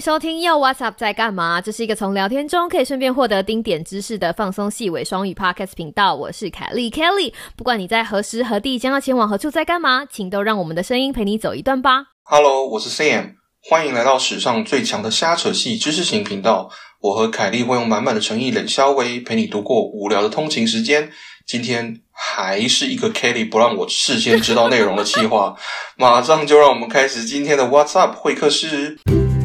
收听Yo What's Up 在干嘛？这是一个从聊天中可以顺便获得丁点知识的放松细微双语 Podcast 频道。我是凯莉 Kelly， 不管你在何时何地将要前往何处在干嘛，请都让我们的声音陪你走一段吧。 Hello， 我是 Sam， 欢迎来到史上最强的瞎扯系知识型频道。我和凯莉会用满满的诚意冷消微陪你度过无聊的通勤时间。今天还是一个 Kelly 不让我事先知道内容的企划，马上就让我们开始今天的 What's Up 会客室。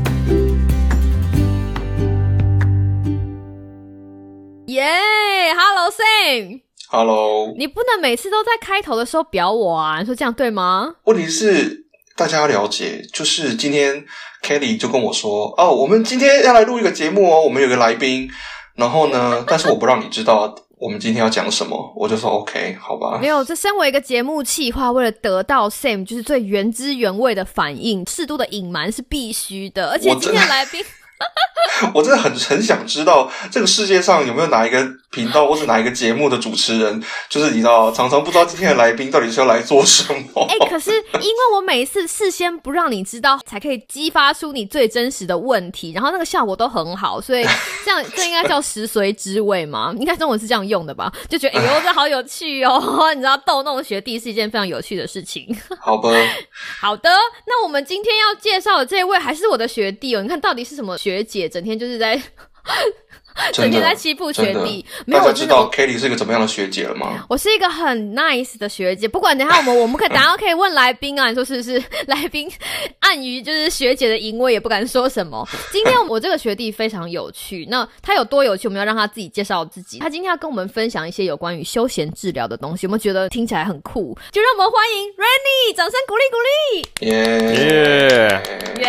耶、Hello Sam， Hello， 你不能每次都在开头的时候表我啊，你说这样对吗？ 问题是大家要了解，就是今天 Kelly 就跟我说，我们今天要来录一个节目哦，我们有个来宾，然后呢，但是我不让你知道我们今天要讲什么，我就说 OK 好吧。 没有，这身为一个节目企划，为了得到 Sam 就是最原汁原味的反应，适度的隐瞒是必须的，而且今天的来宾我真的很想知道这个世界上有没有哪一个频道或是哪一个节目的主持人，就是你知道常常不知道今天的来宾到底是要来做什么。 可是因为我每一次事先不让你知道，才可以激发出你最真实的问题，然后那个效果都很好，所以这应该叫食髓知味嘛？应该中文是这样用的吧？就觉得这好有趣哦，你知道逗弄学弟是一件非常有趣的事情。 好吧， 好的，那我们今天要介绍的这位还是我的学弟哦，你看到底是什么学姐，整天就是在整天在欺负学弟。没有， 大家知道 Kelly 是一个怎么样的学姐了吗？ 我是一个很 nice 的学姐，不管等一下我们可以等一下可以问来宾啊，你说是不是？来宾碍于就是学姐的淫威也不敢说什么。今天我这个学弟非常有趣，那他有多有趣，我们要让他自己介绍自己。他今天要跟我们分享一些有关于休闲治疗的东西，有没有觉得听起来很酷？就让我们欢迎 Rennie， 掌声鼓励鼓励！ 耶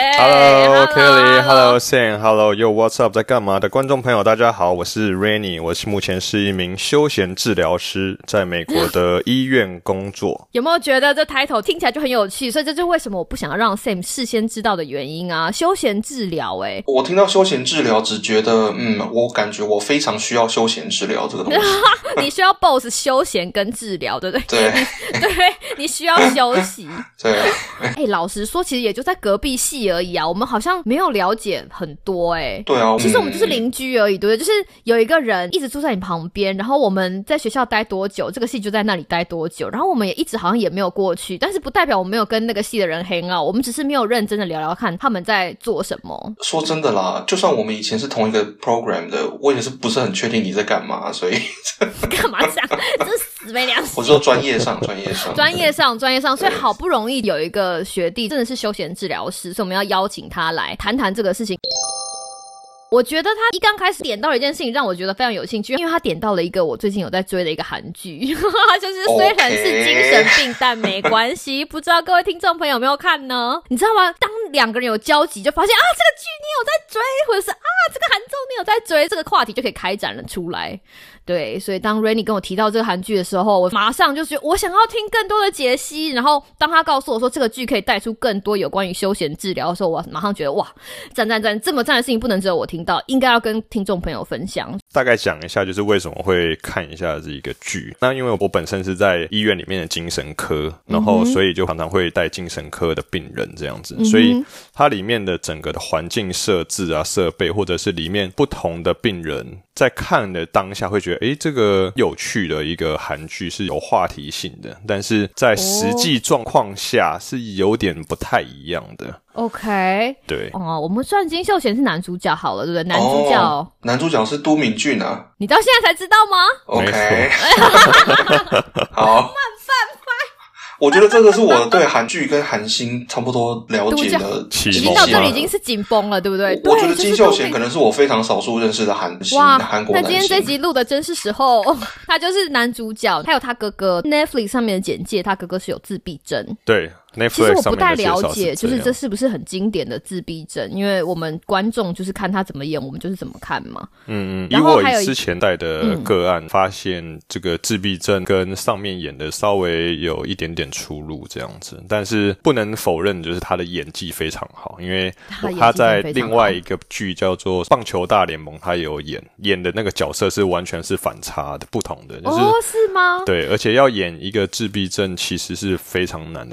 ！Hello Kelly，Hello Sam，Hello Yo What's Up 在干嘛的观众朋友，大家好，我是 Rennie， 我目前是一名休闲治疗师，在美国的医院工作。 有没有觉得这 title 听起来就很有趣？所以这就是为什么我不想要让 Sam 事先知道的原因啊！休闲治疗我听到休闲治疗只觉得我感觉我非常需要休闲治疗这个东西。 你需要 both 休闲跟治疗，对不对？对，你需要休息。对。老实说其实也就在隔壁系而已啊，我们好像没有了解很多对啊，其实我们就是邻居而已，对不对？就是有一个人一直住在你旁边，然后我们在学校待多久，这个系就在那里待多久，然后我们也一直好像也没有过去，但是不代表我没有跟那个系的人 hang out， 我们只是没有认真的聊聊看他们在做什么。 说真的啦，就算我们以前是同一个 program 的，我也是不是很确定你在干嘛，所以干嘛这样？这是死没良心。 我说专业上， 所以好不容易有一个学弟真的是休闲治疗师，所以我们要邀请他来谈谈这个事情。我觉得他一刚开始点到了一件事情让我觉得非常有兴趣，因为他点到了一个我最近有在追的一个韩剧就是虽然是精神病但没关系不知道各位听众朋友有没有看呢？你知道吗？当两个人有交集就发现这个剧你有在追，或者是这个韩综你有在追，这个话题就可以开展了出来。对，所以当 Rennie 跟我提到这个韩剧的时候，我马上就觉得我想要听更多的解析，然后当他告诉我说这个剧可以带出更多有关于休闲治疗的时候，我马上觉得哇，赞，这么赞的事情不能只有我听到，应该要跟听众朋友分享。 大概讲一下就是为什么会看一下这一个剧。那因为我本身是在医院里面的精神科，然后所以就常常会带精神科的病人这样子，所以它里面的整个的环境设置啊、设备，或者是里面不同的病人在看的当下会觉得这个有趣的一个韩剧是有话题性的，但是在实际状况下是有点不太一样的。 OK， 对我们算金秀贤是男主角好了，对不对？ 男主角是都敏俊啊， 你到现在才知道吗 ？OK， 好。我觉得这个是我对韩剧跟韩星差不多了解的已经到这里已经是紧绷了，对不对？ 我觉得金秀贤可能是我非常少数认识的韩星，韩国男星。 那今天这集录的真是时候，他就是男主角，还有他哥哥。Netflix 上面的简介，他哥哥是有自闭症。 对。 其实我不太了解，就是这是不是很经典的自闭症？因为我们观众就是看他怎么演，我们就是怎么看嘛。 因为我之前带的个案发现，这个自闭症跟上面演的稍微有一点点出入这样子，但是不能否认，就是他的演技非常好，因为他在另外一个剧叫做《棒球大联盟》，他有演的那个角色是完全是反差的、不同的，就是是吗？ 对，而且要演一个自闭症其实是非常难的，就像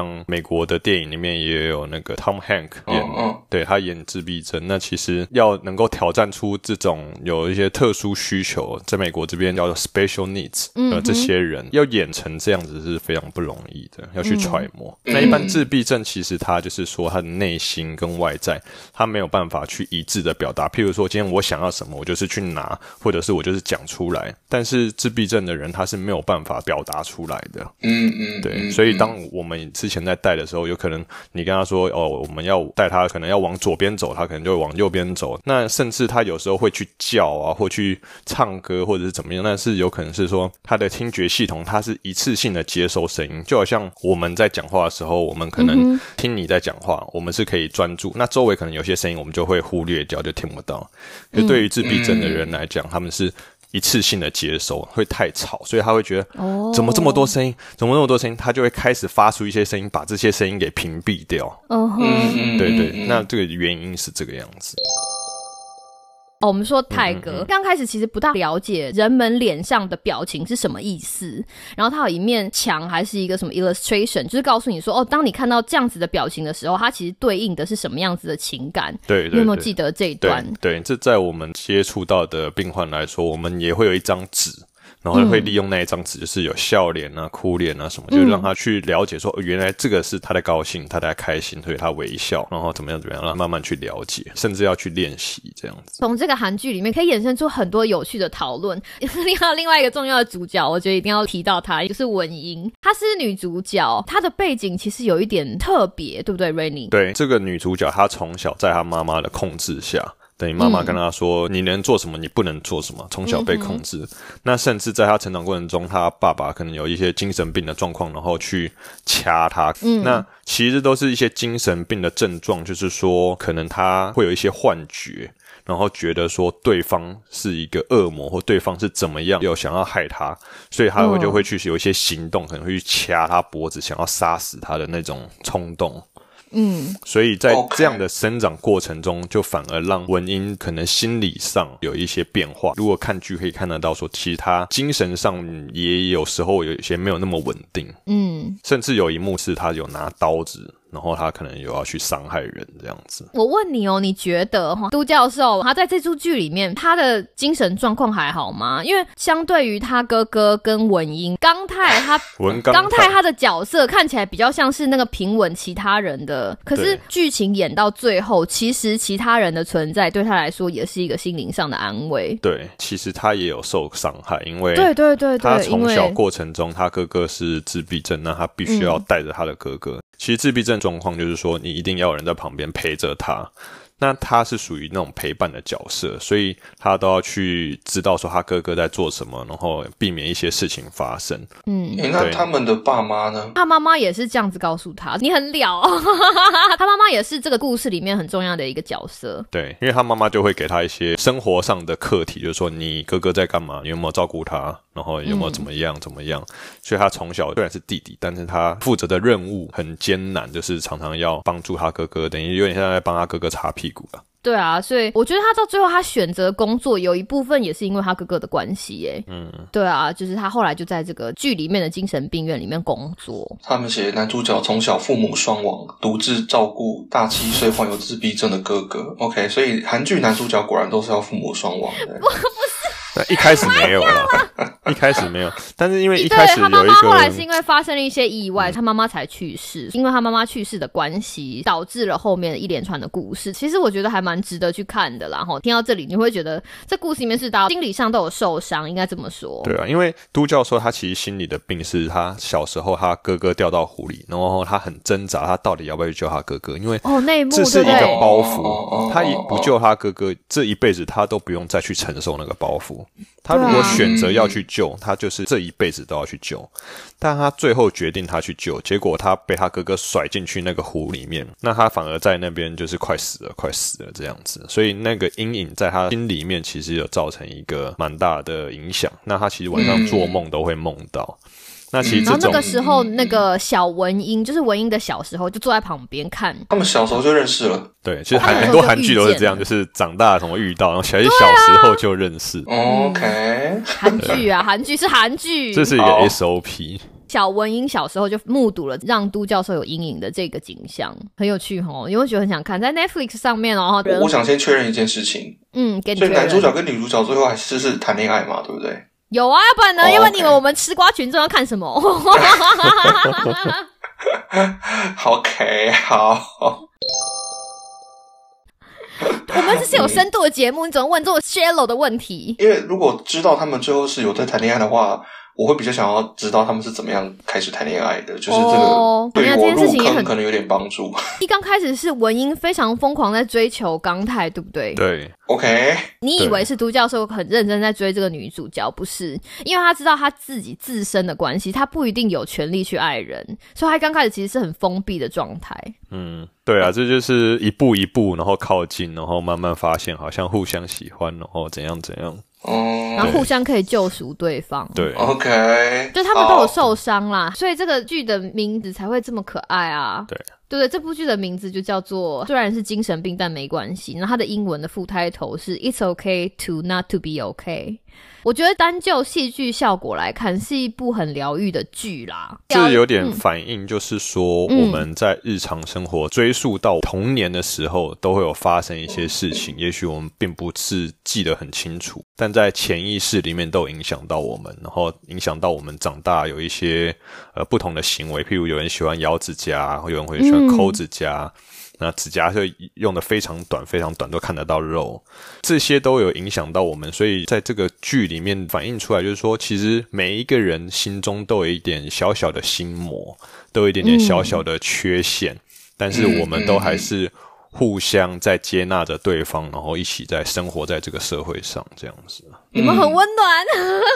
像美国的电影里面也有那个 Tom Hanks 演，对，他演自闭症。那其实要能够挑战出这种有一些特殊需求，在美国这边叫做 special needs，这些人要演成这样子是非常不容易的，要去揣摩。那一般自闭症其实他就是说他的内心跟外在，他没有办法去一致的表达。譬如说今天我想要什么，我就是去拿，或者是我就是讲出来。但是自闭症的人他是没有办法表达出来的。对，所以当我们之前在带的时候，有可能你跟他说我们要带他可能要往左边走，他可能就会往右边走。那甚至他有时候会去叫啊，或去唱歌，或者是怎么样，但是有可能是说他的听觉系统它是一次性的接收声音，就好像我们在讲话的时候，我们可能听你在讲话，我们是可以专注，那周围可能有些声音我们就会忽略掉，就听不到。可是对于自闭症的人来讲，他们是一次性的接收，会太吵，所以他会觉得怎么这么多声音，他就会开始发出一些声音，把这些声音给屏蔽掉。对，那这个原因是这个样子。 我们说泰哥刚开始其实不大了解人们脸上的表情是什么意思，然后他有一面墙还是一个什么 illustration， 就是告诉你说当你看到这样子的表情的时候，它其实对应的是什么样子的情感。 对， 你有没有记得这一段？ 对，这在我们接触到的病患来说，我们也会有一张纸，然后会利用那一张纸，就是有笑脸啊、哭脸啊什么，就让他去了解说，原来这个是他在高兴，他在开心，所以他微笑，然后怎么样，让他慢慢去了解，甚至要去练习这样子。 从这个韩剧里面可以衍生出很多有趣的讨论。另外一个重要的主角，我觉得一定要提到她，就是文英，她是女主角，她的背景其实有一点特别，对不对 Rainy？ 对，这个女主角她从小在她妈妈的控制下，等于妈妈跟她说你能做什么你不能做什么，从小被控制。那甚至在她成长过程中，她爸爸可能有一些精神病的状况，然后去掐她。那其实都是一些精神病的症状，就是说可能她会有一些幻觉，然后觉得说对方是一个恶魔，或对方是怎么样有想要害她，所以她就会去有一些行动，可能会去掐她脖子，想要杀死她的那种冲动。所以在这样的生长过程中，就反而让文英可能心理上有一些变化。如果看剧可以看得到说，其实他精神上也有时候有一些没有那么稳定。甚至有一幕是他有拿刀子，然后他可能有要去伤害人这样子。 我问你你觉得都教授他在这出剧里面他的精神状况还好吗？因为相对于他哥哥跟文英，刚泰他的角色看起来比较像是那个平稳其他人的，可是剧情演到最后，其实其他人的存在对他来说也是一个心灵上的安慰。 对，其实他也有受伤害，因为对， 他从小过程中他哥哥是自闭症，那他必须要带着他的哥哥。其实自闭症状况就是说，你一定要有人在旁边陪着他。那他是属于那种陪伴的角色，所以他都要去知道说他哥哥在做什么，然后避免一些事情发生。 那他们的爸妈呢？ 他妈妈也是这样子告诉他，你很了他妈妈也是这个故事里面很重要的一个角色。 对，因为他妈妈就会给他一些生活上的课题，就是说你哥哥在干嘛，你有没有照顾他，然后有没有怎么样，所以他从小虽然是弟弟，但是他负责的任务很艰难，就是常常要帮助他哥哥，等于有点像在帮他哥哥擦屁股了。 对啊，所以我觉得他到最后他选择工作有一部分也是因为他哥哥的关系耶。对啊，就是他后来就在这个剧里面的精神病院里面工作。 他们写男主角从小父母双亡，独自照顾大7岁患有自闭症的哥哥。OK， 所以韩剧男主角果然都是要父母双亡的。 不是。 一开始没有啦，一开始没有，但是因为一开始有一个，他妈妈后来是因为发生了一些意外，他妈妈才去世，因为他妈妈去世的关系，导致了后面的一连串的故事。其实我觉得还蛮值得去看的啦。听到这里，你会觉得这故事里面是大家心理上都有受伤，应该这么说。 对啊，因为都教授他其实心里的病是他小时候他哥哥掉到湖里，然后他很挣扎，他到底要不要去救他哥哥？因为那一幕这是一个包袱，他不救他哥哥，这一辈子他都不用再去承受那个包袱。他如果选择要去救，他就是这一辈子都要去救，但他最后决定他去救，结果他被他哥哥甩进去那个湖里面，那他反而在那边就是快死了这样子，所以那个阴影在他心里面其实有造成一个蛮大的影响，那他其实晚上做梦都会梦到。那其实这种， 然后那个时候那个小文英，就是文英的小时候就坐在旁边看， 他们小时候就认识了。 对，其实很多韩剧都是这样，就是长大什么遇到，然后小时候就认识。 OK， 韩剧啊，韩剧是韩剧， 这是一个 SOP。 其小文英小时候就目睹了让都教授有阴影的这个景象，很有趣齁，有没有觉得很想看？在 Netflix 上面哦。 我想先确认一件事情， 给你确认。 所以男主角跟女主角最后还是谈恋爱嘛，对不对？ 有啊，要不然呢？要不然你以为我们吃瓜群众要看什么 ？OK， 好。 我们这是有深度的节目，你怎么问这种 shallow 的问题？ 因为如果知道他们最后是有在谈恋爱的话，我会比较想要知道他们是怎么样开始谈恋爱的，就是这个对我入坑可能有点帮助。 一刚开始是文英非常疯狂在追求刚泰，对不对？ 对 ，OK。 你以为是都教授很认真在追这个女主角，不是？因为他知道他自己自身的关系，他不一定有权利去爱人，所以他刚开始其实是很封闭的状态。 对啊，这就是一步一步，然后靠近，然后慢慢发现好像互相喜欢，然后怎样怎样。 然后互相可以救赎对方。 对 ，OK， 就他们都有受伤啦，所以这个剧的名字才会这么可爱啊。 对对对，这部剧的名字就叫做，虽然是精神病但没关系，然后它的英文的副开头是 It's okay to not to be okay。我觉得单就戏剧效果来看，是一部很疗愈的剧啦。 这有点反映，就是说我们在日常生活追溯到童年的时候，都会有发生一些事情，也许我们并不是记得很清楚，但在潜意识里面都有影响到我们，然后影响到我们长大有一些不同的行为，譬如有人喜欢咬指甲，有人会喜欢抠指甲。那指甲就用的非常短非常短，都看得到肉，这些都有影响到我们，所以在这个剧里面反映出来，就是说其实每一个人心中都有一点小小的心魔，都有一点点小小的缺陷，但是我们都还是互相在接纳着对方，然后一起在生活在这个社会上，这样子。 你们很温暖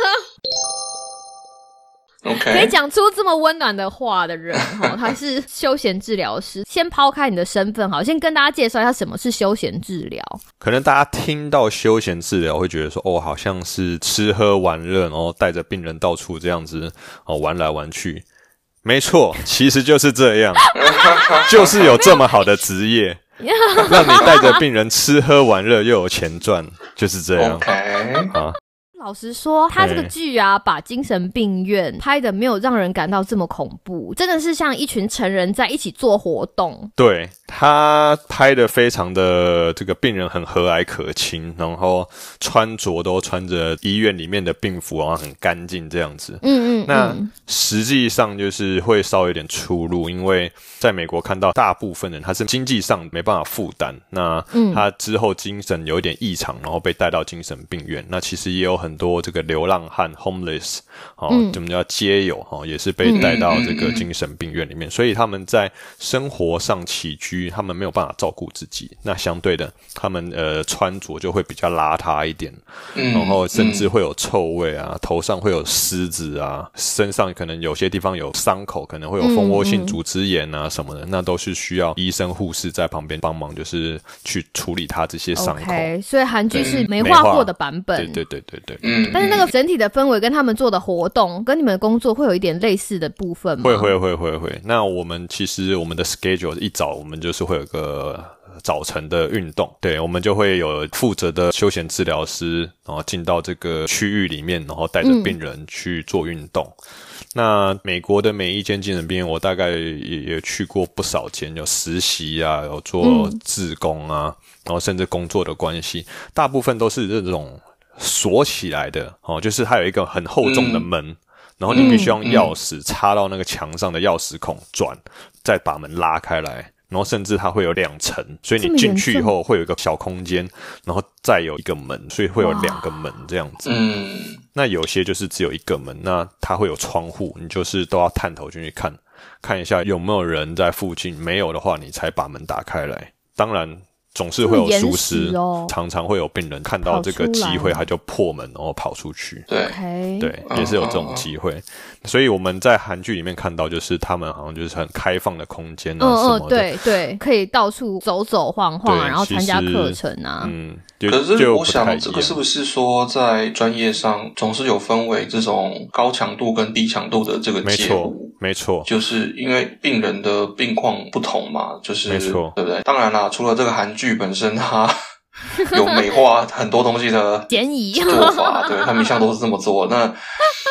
OK， 可以讲出这么温暖的话的人他是休闲治疗师。先抛开你的身份，好，先跟大家介绍一下什么是休闲治疗。 可能大家听到休闲治疗会觉得说，好像是吃喝玩乐，然后带着病人到处这样子玩来玩去。没错，其实就是这样，就是有这么好的职业，让你带着病人吃喝玩乐又有钱赚，就是这样。 OK， 啊。 老实说，他这个剧啊，把精神病院拍的没有让人感到这么恐怖，真的是像一群成人在一起做活动。 对，他拍的非常的这个病人很和蔼可亲，然后穿着都穿着医院里面的病服，然后很干净这样子。那实际上就是会稍微有点出入，因为在美国看到大部分人他是经济上没办法负担，那他之后精神有一点异常，然后被带到精神病院。那其实也有很多这个流浪汉 homeless 怎么叫街友也是被带到这个精神病院里面，所以他们在生活上起居他们没有办法照顾自己，那相对的他们穿着就会比较邋遢一点，然后甚至会有臭味啊，头上会有虱子啊，身上可能有些地方有伤口，可能会有蜂窝性组织炎啊什么的，那都是需要医生护士在旁边帮忙，就是去处理他这些伤口。 Okay， 所以韩剧是美化过的版本。 对。 但是那个整体的氛围跟他们做的活动跟你们的工作会有一点类似的部分吗？ 会。那我们其实我们的 schedule 一早我们就是会有个早晨的运动，对，我们就会有负责的休闲治疗师，然后进到这个区域里面，然后带着病人去做运动。那美国的每一间精神病院，我大概也去过不少间，有实习啊，有做志工啊，然后甚至工作的关系，大部分都是这种锁起来的就是它有一个很厚重的门，然后你必须用钥匙插到那个墙上的钥匙孔转，再把门拉开来，然后甚至它会有2层，所以你进去以后会有一个小空间，然后再有一个门，所以会有2个门这样子。那有些就是只有1个门，那它会有窗户，你就是都要探头进去看一下有没有人在附近，没有的话你才把门打开来。当然总是会有疏失常常会有病人看到这个机会他就破门然后跑出去。对，也是有这种机会。所以我们在韩剧里面看到就是他们好像就是很开放的空间啊什么的， 对，可以到处走走晃晃，然后参加课程啊。 可是我想这个是不是说在专业上总是有分为这种高强度跟低强度的这个介入？ 没错， 就是因为病人的病况不同嘛，就是没错， 对不对？当然啦，除了这个韩剧本身它有美化很多东西的嫌疑做法，对，他们一向都是这么做。那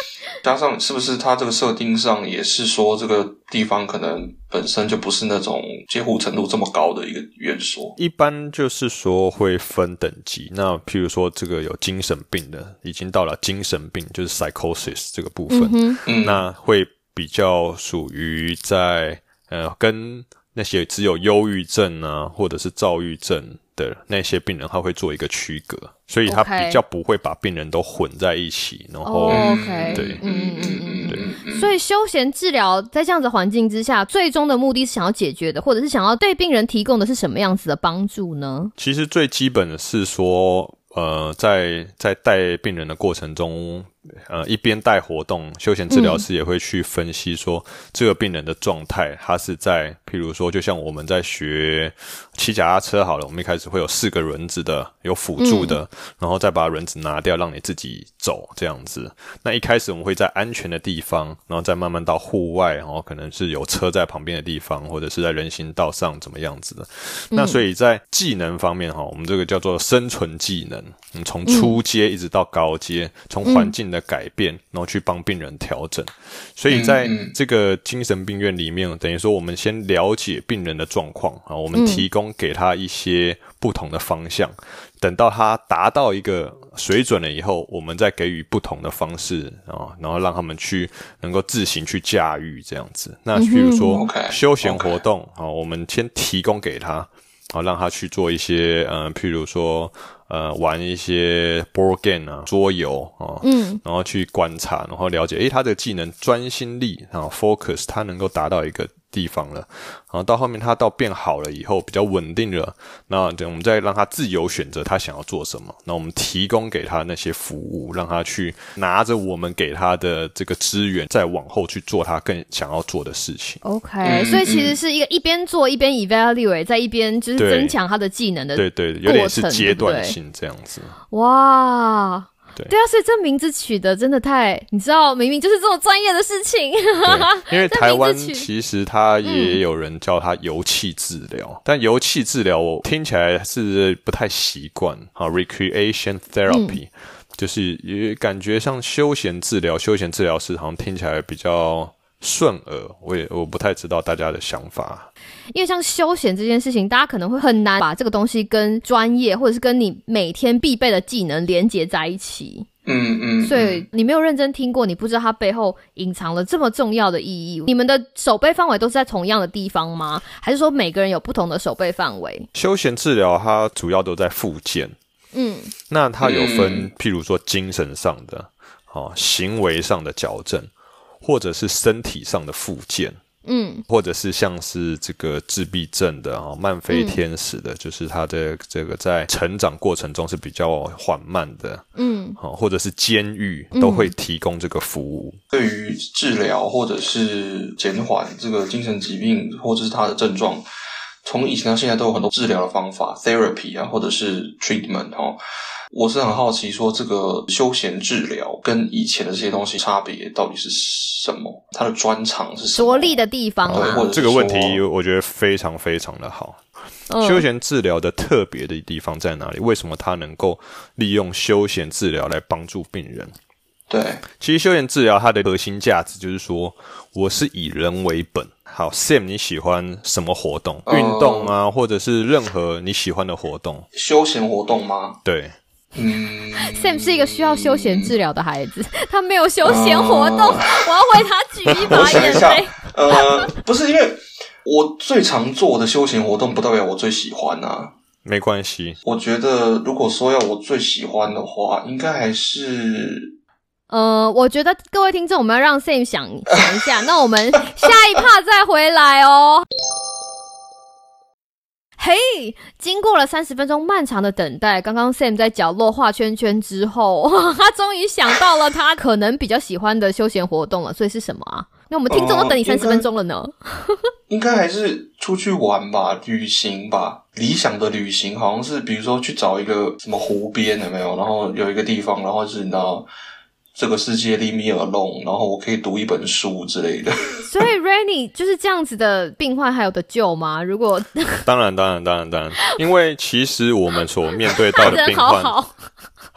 加上是不是它这个设定上也是说这个地方可能本身就不是那种监护程度这么高的一个院所？ 一般就是说会分等级，那譬如说这个有精神病的，已经到了精神病就是 psychosis 这个部分，那会比较属于在跟那些只有忧郁症啊或者是躁郁症的那些病人他会做一个区隔，所以他比较不会把病人都混在一起，然后对， 所以休闲治疗在这样子的环境之下，最终的目的是想要解决的，或者是想要对病人提供的是什么样子的帮助呢？ 其实最基本的是说在带病人的过程中，一边带活动，休闲治疗师也会去分析说这个病人的状态，他是在譬如说就像我们在学骑脚踏车好了，我们一开始会有4个轮子的，有辅助的，然后再把轮子拿掉让你自己走这样子。那一开始我们会在安全的地方，然后再慢慢到户外，然后可能是有车在旁边的地方，或者是在人行道上怎么样子的。那所以在技能方面我们这个叫做生存技能，从初阶一直到高阶，从环境的改变，然后去帮病人调整。所以在这个精神病院里面，等于说我们先了解病人的状况，我们提供给他一些不同的方向，等到他达到一个水准了以后，我们再给予不同的方式，然后让他们去能够自行去驾驭这样子。那譬如说休闲活动，我们先提供给他，让他去做一些譬如说玩一些 board game 啊，桌游然后去观察，然后了解他的技能专心力focus 他能够达到一个地方了，然后到后面他到变好了以后比较稳定了，那我们再让他自由选择他想要做什么，那我们提供给他那些服务，让他去拿着我们给他的这个资源再往后去做他更想要做的事情。 OK， 所以其实是一个一边做一边 evaluate， 在一边就是增强他的技能的过程， 对，有点是阶段性这样子。 哇，对啊，所以这名字取得真的太，你知道，明明就是这么专业的事情。 因为台湾其实它也有人叫它油气治疗，但油气治疗我听起来是不太习惯recreation therapy，就是也感觉像休闲治疗，休闲治疗师好像听起来比较顺耳，我不太知道大家的想法。 因为像休闲这件事情，大家可能会很难把这个东西跟专业或者是跟你每天必备的技能连结在一起。所以你没有认真听过，你不知道它背后隐藏了这么重要的意义。你们的手背范围都是在同样的地方吗？还是说每个人有不同的手背范围？ 休闲治疗它主要都在复健，那它有分譬如说精神上的行为上的矫正，或者是身体上的复健，或者是像是这个自闭症的慢飞天使的，就是他的这个在成长过程中是比较缓慢的，或者是监狱都会提供这个服务。 对于治疗或者是减缓这个精神疾病或者是他的症状，从以前到现在都有很多治疗的方法 therapy 或者是 treatment。我是很好奇说这个休闲治疗跟以前的这些东西差别到底是什么，它的专长是什么， 着力的地方或者这个问题我觉得非常非常的好。休闲治疗的特别的地方在哪里？为什么它能够利用休闲治疗来帮助病人？ 对， 其实休闲治疗它的核心价值就是说我是以人为本。好 Sam 你喜欢什么活动？运动啊，或者是任何你喜欢的活动？ 休闲活动吗？ 对。 Sam 是一个需要休闲治疗的孩子，他没有休闲活动，我要为他举一把眼泪。 不是，因为我最常做的休闲活动不代表我最喜欢啊。 没关系， 我觉得如果说要我最喜欢的话，应该还是我觉得各位听众，我们要让 Sam 想一下，那我们下一 part 再回来哦。嘿，经过了30分钟漫长的等待，刚刚 Sam 在角落画圈圈之后，他终于想到了他可能比较喜欢的休闲活动了，所以是什么啊？那我们听众都等你30分钟了呢。 应该还是出去玩吧，旅行吧。理想的旅行好像是比如说去找一个什么湖边，有没有？然后有一个地方，然后是你知道这个世界 leave me alone， 然后我可以读一本书之类的。 所以 Rainy 就是这样子的病患还有得救吗？如果当然， 因为其实我们所面对到的病患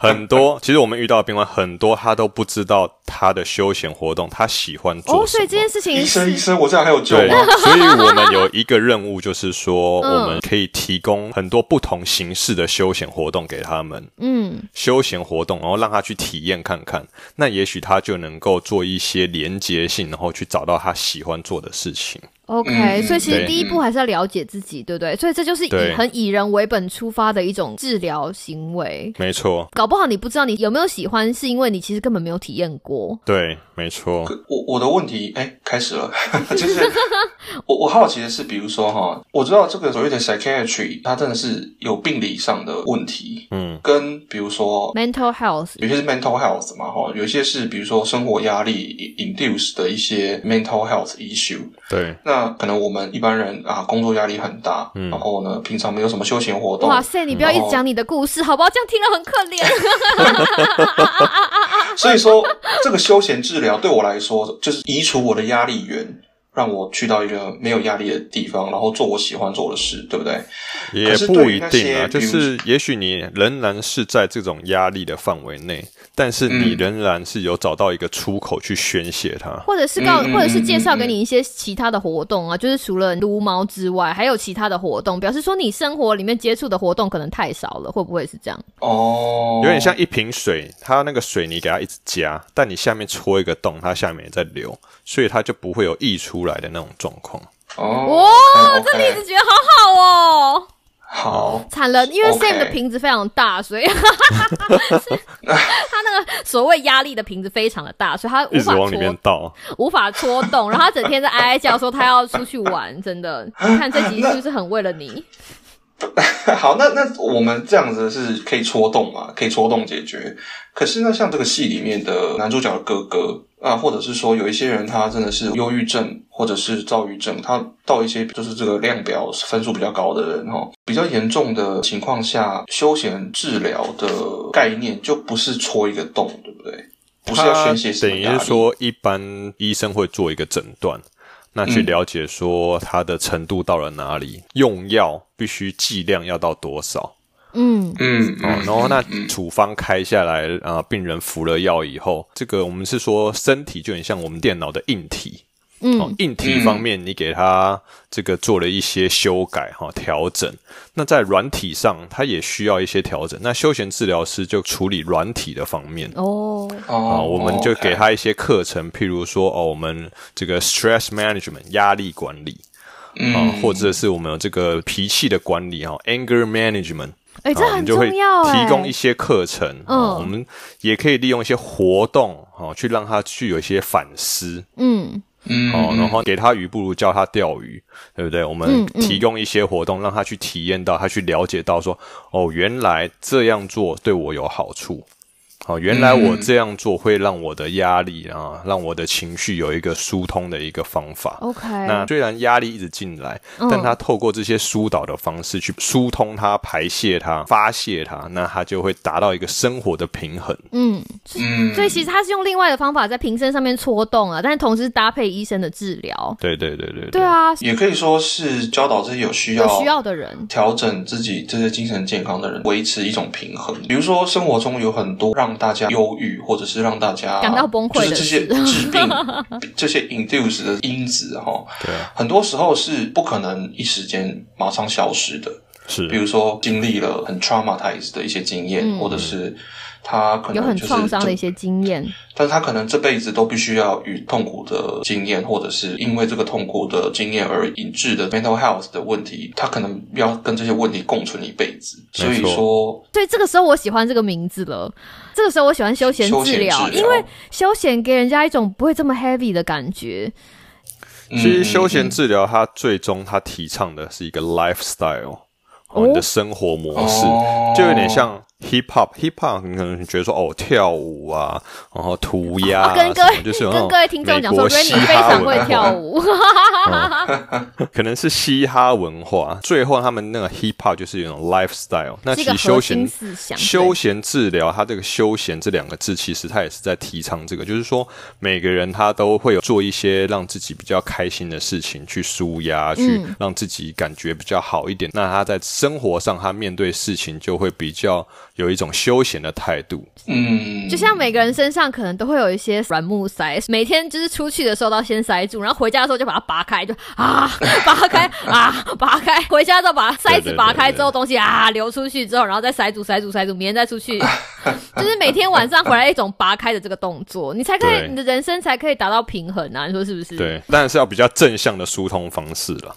很多，其实我们遇到的病患很多，他都不知道他的休闲活动，他喜欢做什么。 所以这件事情医生，我这样还有救吗？ 所以我们有一个任务，就是说，我们可以提供很多不同形式的休闲活动给他们。休闲活动，然后让他去体验看看，那也许他就能够做一些连结性，然后去找到他喜欢做的事情。 OK，所以其实第一步还是要了解自己，对不对？所以这就是以人为本出发的一种治疗行为。 没错， 搞不好你不知道你有没有喜欢，是因为你其实根本没有体验过。 对，没错。 我的问题，开始了，就是我好奇的是，比如说哈，我知道这个所谓的 psychiatry， 它真的是有病理上的问题，跟比如说 mental health， 有些是 mental health 嘛，哈，有些是比如说生活压力 induce 的一些 mental health issue。 对， 那可能我们一般人啊，工作压力很大，然后呢，平常没有什么休闲活动。 哇塞，你不要一直讲你的故事，好不好？这样听了很可怜。 所以说，这个休闲治疗对我来说，就是移除我的压力源，让我去到一个没有压力的地方，然后做我喜欢做的事，对不对？ 也不一定啊，就是也许你仍然是在这种压力的范围内，但是你仍然是有找到一个出口去宣泄它， 或者是介绍给你一些其他的活动啊，就是除了撸猫之外，还有其他的活动，表示说你生活里面接触的活动可能太少了，会不会是这样？ 有点像一瓶水，它那个水你给它一直加，但你下面戳一个洞，它下面也在流，所以它就不会有溢出来的那种状况。 这例子觉得好好哦。 好， 惨了，因为 Sam 的瓶子非常大，所以他那个所谓压力的瓶子非常的大，所以他一直往里面倒， 无法戳动，然后他整天在哀哀叫说他要出去玩，真的，你看这集是不是很为了你？ 好，那我们这样子是可以戳动嘛？可以戳动解决。可是呢，像这个戏里面的男主角的哥哥啊，或者是说有一些人他真的是忧郁症或者是躁郁症，他到一些就是这个量表分数比较高的人比较严重的情况下，休闲治疗的概念就不是戳一个洞，对不对？不是要宣泄什么压力。 等于是说，一般医生会做一个诊断。那去了解说它的程度到了哪里，用药必须剂量要到多少，然后那处方开下来病人服了药以后，这个我们是说身体就很像我们电脑的硬体，硬体方面你给它这个做了一些修改调整，那在软体上它也需要一些调整，那休闲治疗师就处理软体的方面我们就给他一些课程，譬如说我们这个 stress management 压力管理或者是我们有这个脾气的管理anger management， 这很重要我们就会提供一些课程我们也可以利用一些活动去让他去有一些反思然后给他鱼不如教他钓鱼，对不对？我们提供一些活动让他去体验到，他去了解到说原来这样做对我有好处，原来我这样做会让我的压力让我的情绪有一个疏通的一个方法。 OK， 那虽然压力一直进来，但他透过这些疏导的方式去疏通它、排泄它、发泄它，那他就会达到一个生活的平衡。 所以其实他是用另外的方法在瓶身上面戳动了，但是同时搭配医生的治疗。 对啊， 也可以说是教导这些有需要的人调整自己这些精神健康的人维持一种平衡。比如说生活中有很多让大家忧郁或者是让大家感到崩溃的就是这些疾病这些 induce 的因子很多时候是不可能一时间马上消失的。 是， 比如说经历了很 traumatized 的一些经验，或者是他可能有很创伤的一些经验， 但是他可能这辈子都必须要与痛苦的经验，或者是因为这个痛苦的经验而引致的 mental health 的问题，他可能要跟这些问题共存一辈子。所以说， 对，这个时候我喜欢这个名字了。这个时候我喜欢休闲治疗，因为休闲给人家一种不会这么 heavy 的感觉。 其实休闲治疗它最终它提倡的是一个 lifestyle，你的生活模式就有点像hip hop 你可能觉得说跳舞啊，然后涂鸦跟各位听众讲说，因为你非常会跳舞可能是嘻哈文化，最后他们那个 hip hop 就是有一种 lifestyle。那其实休闲治疗，它这个休闲这两个字，其实它也是在提倡这个，就是说每个人他都会有做一些让自己比较开心的事情，去抒压，去让自己感觉比较好一点。那他在生活上，他面对事情就会比较有一种休闲的态度。 就像每个人身上可能都会有一些软木塞，每天就是出去的时候都要先塞住，然后回家的时候就把它拔开，就拔开拔开，回家之后把塞子拔开之后，东西流出去之后，然后再塞住，明天再出去，就是每天晚上回来一种拔开的这个动作，你才可以，你的人生才可以达到平衡啊，你说是不是？ 对，当然是要比较正向的疏通方式啦。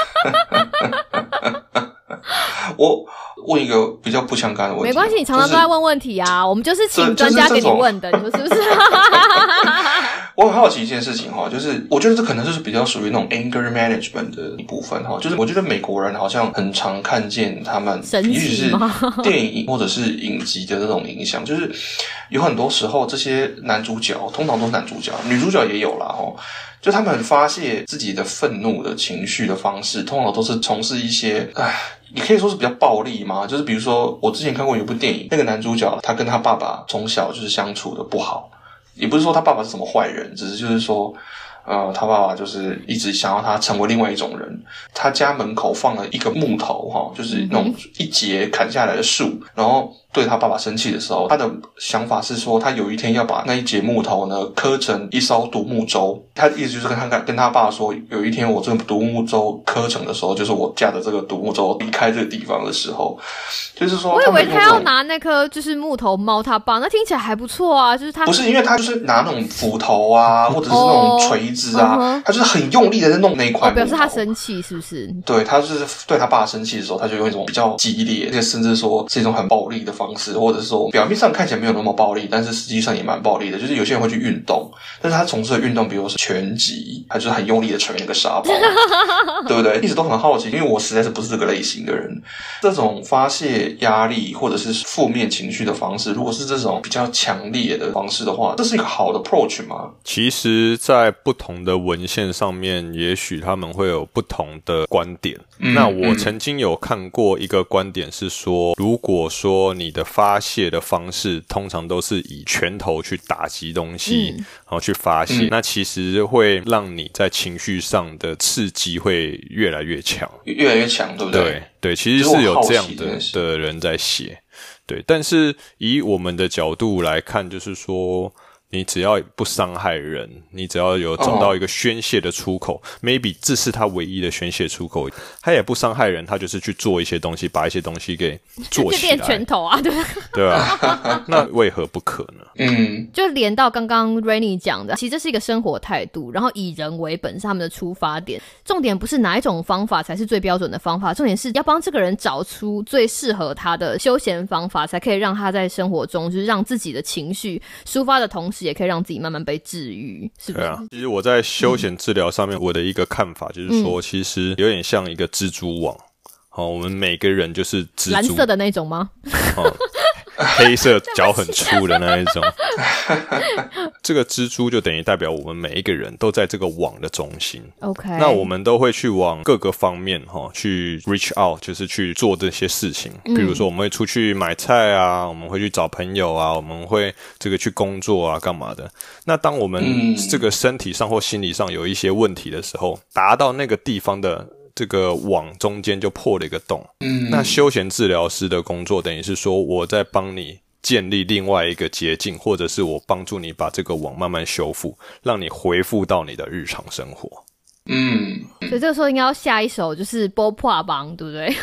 我问一个比较不相干的问题， 没关系，你常常都在问问题啊，我们就是请专家给你问的，你说是不是？ 我很好奇一件事情哈，就是我觉得这可能就是比较属于那种 anger management 的一部分哈，就是我觉得美国人好像很常看见他们，也许是电影或者是影集的那种影响，就是有很多时候这些男主角通常都是男主角，女主角也有啦哈。就他们发泄自己的愤怒的情绪的方式，通常都是从事一些，你可以说是比较暴力吗？就是比如说，我之前看过有部电影，那个男主角他跟他爸爸从小就是相处的不好，也不是说他爸爸是什么坏人，只是就是说，他爸爸就是一直想要他成为另外一种人。他家门口放了一个木头哈，就是那种一节砍下来的树，然后对他爸爸生气的时候，他的想法是说，他有一天要把那一节木头呢刻成一艘独木舟。他的意思就是跟他爸说，有一天我这个独木舟刻成的时候，就是我驾着这个独木舟离开这个地方的时候，就是说， 我以为他要拿那颗就是木头猫他爸，那听起来还不错啊，就是他不是因为他就是拿那种斧头啊，或者是那种锤子啊，他就是很用力的在弄那一块木头， 表示他生气是不是？ 对，他就是对他爸生气的时候，他就用一种比较激烈，甚至说是一种很暴力的方式，或者是说表面上看起来没有那么暴力，但是实际上也蛮暴力的。就是有些人会去运动，但是他从事的运动，比如说拳击，他就是很用力的捶那个沙包，对不对？一直都很好奇，因为我实在是不是这个类型的人。这种发泄压力或者是负面情绪的方式，如果是这种比较强烈的方式的话，这是一个好的 approach 吗？ 其实在不同的文献上面，也许他们会有不同的观点。那我曾经有看过一个观点是说，如果说你的发泄的方式通常都是以拳头去打击东西，然后去发泄，那其实会让你在情绪上的刺激会越来越强， 越来越强，对不对？ 对，其实是有这样的人在写。对，但是以我们的角度来看，就是说，你只要不伤害人，你只要有找到一个宣泄的出口， maybe 这是他唯一的宣泄出口，他也不伤害人，他就是去做一些东西，把一些东西给做起来， 就练拳头啊， 对啊，那为何不可呢？ 就连到刚刚 Rainy 讲的，其实这是一个生活态度，然后以人为本是他们的出发点。重点不是哪一种方法才是最标准的方法，重点是要帮这个人找出最适合他的休闲方法，才可以让他在生活中就是让自己的情绪抒发的同时，也可以让自己慢慢被治愈，是不是？ 对啊，其实我在休闲治疗上面，我的一个看法就是说，其实有点像一个蜘蛛网。我们每个人就是蜘蛛， 蓝色的那种吗？ 黑色脚很粗的那一种。这个蜘蛛就等于代表我们每一个人都在这个网的中心。 OK， 那我们都会去往各个方面去 reach out， 就是去做这些事情。比如说我们会出去买菜啊，我们会去找朋友啊，我们会这个去工作啊，干嘛的。那当我们这个身体上或心理上有一些问题的时候，达到那个地方的这个网中间就破了一个洞。那休闲治疗师的工作等于是说，我在帮你建立另外一个捷径，或者是我帮助你把这个网慢慢修复，让你恢复到你的日常生活。 所以这个时候应该要下一首就是波破帮，对不对？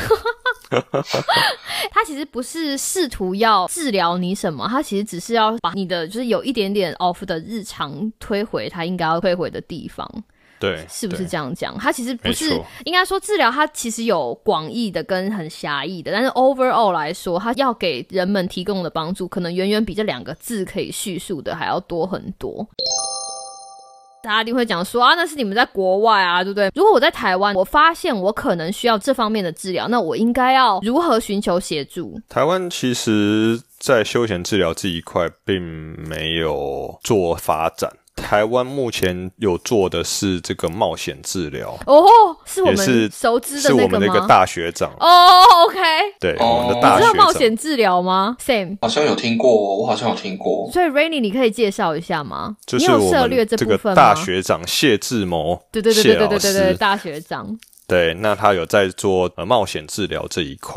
他其实不是试图要治疗你什么，他其实只是要把你的就是有一点点 off 的日常推回他应该要推回的地方。 对， 是不是这样讲？它其实不是，应该说治疗它其实有广义的跟很狭义的，但是 overall 来说，它要给人们提供的帮助，可能远远比这2个字可以叙述的还要多很多。大家一定会讲说那是你们在国外啊，对不对？如果我在台湾，我发现我可能需要这方面的治疗，那我应该要如何寻求协助？ 台湾其实在休闲治疗这一块并没有做发展。台湾目前有做的是这个冒险治疗是我们熟知的那个吗？ 是我们的一个大学长 OK， 对，我们的大学长。 你知道冒险治疗吗 ？Sam 好像有听过，我好像有听过。 所以 Rainy 你可以介绍一下吗？ 就是我们这个大学长谢志谋， 对，大学长。 对，那他有在做冒险治疗这一块。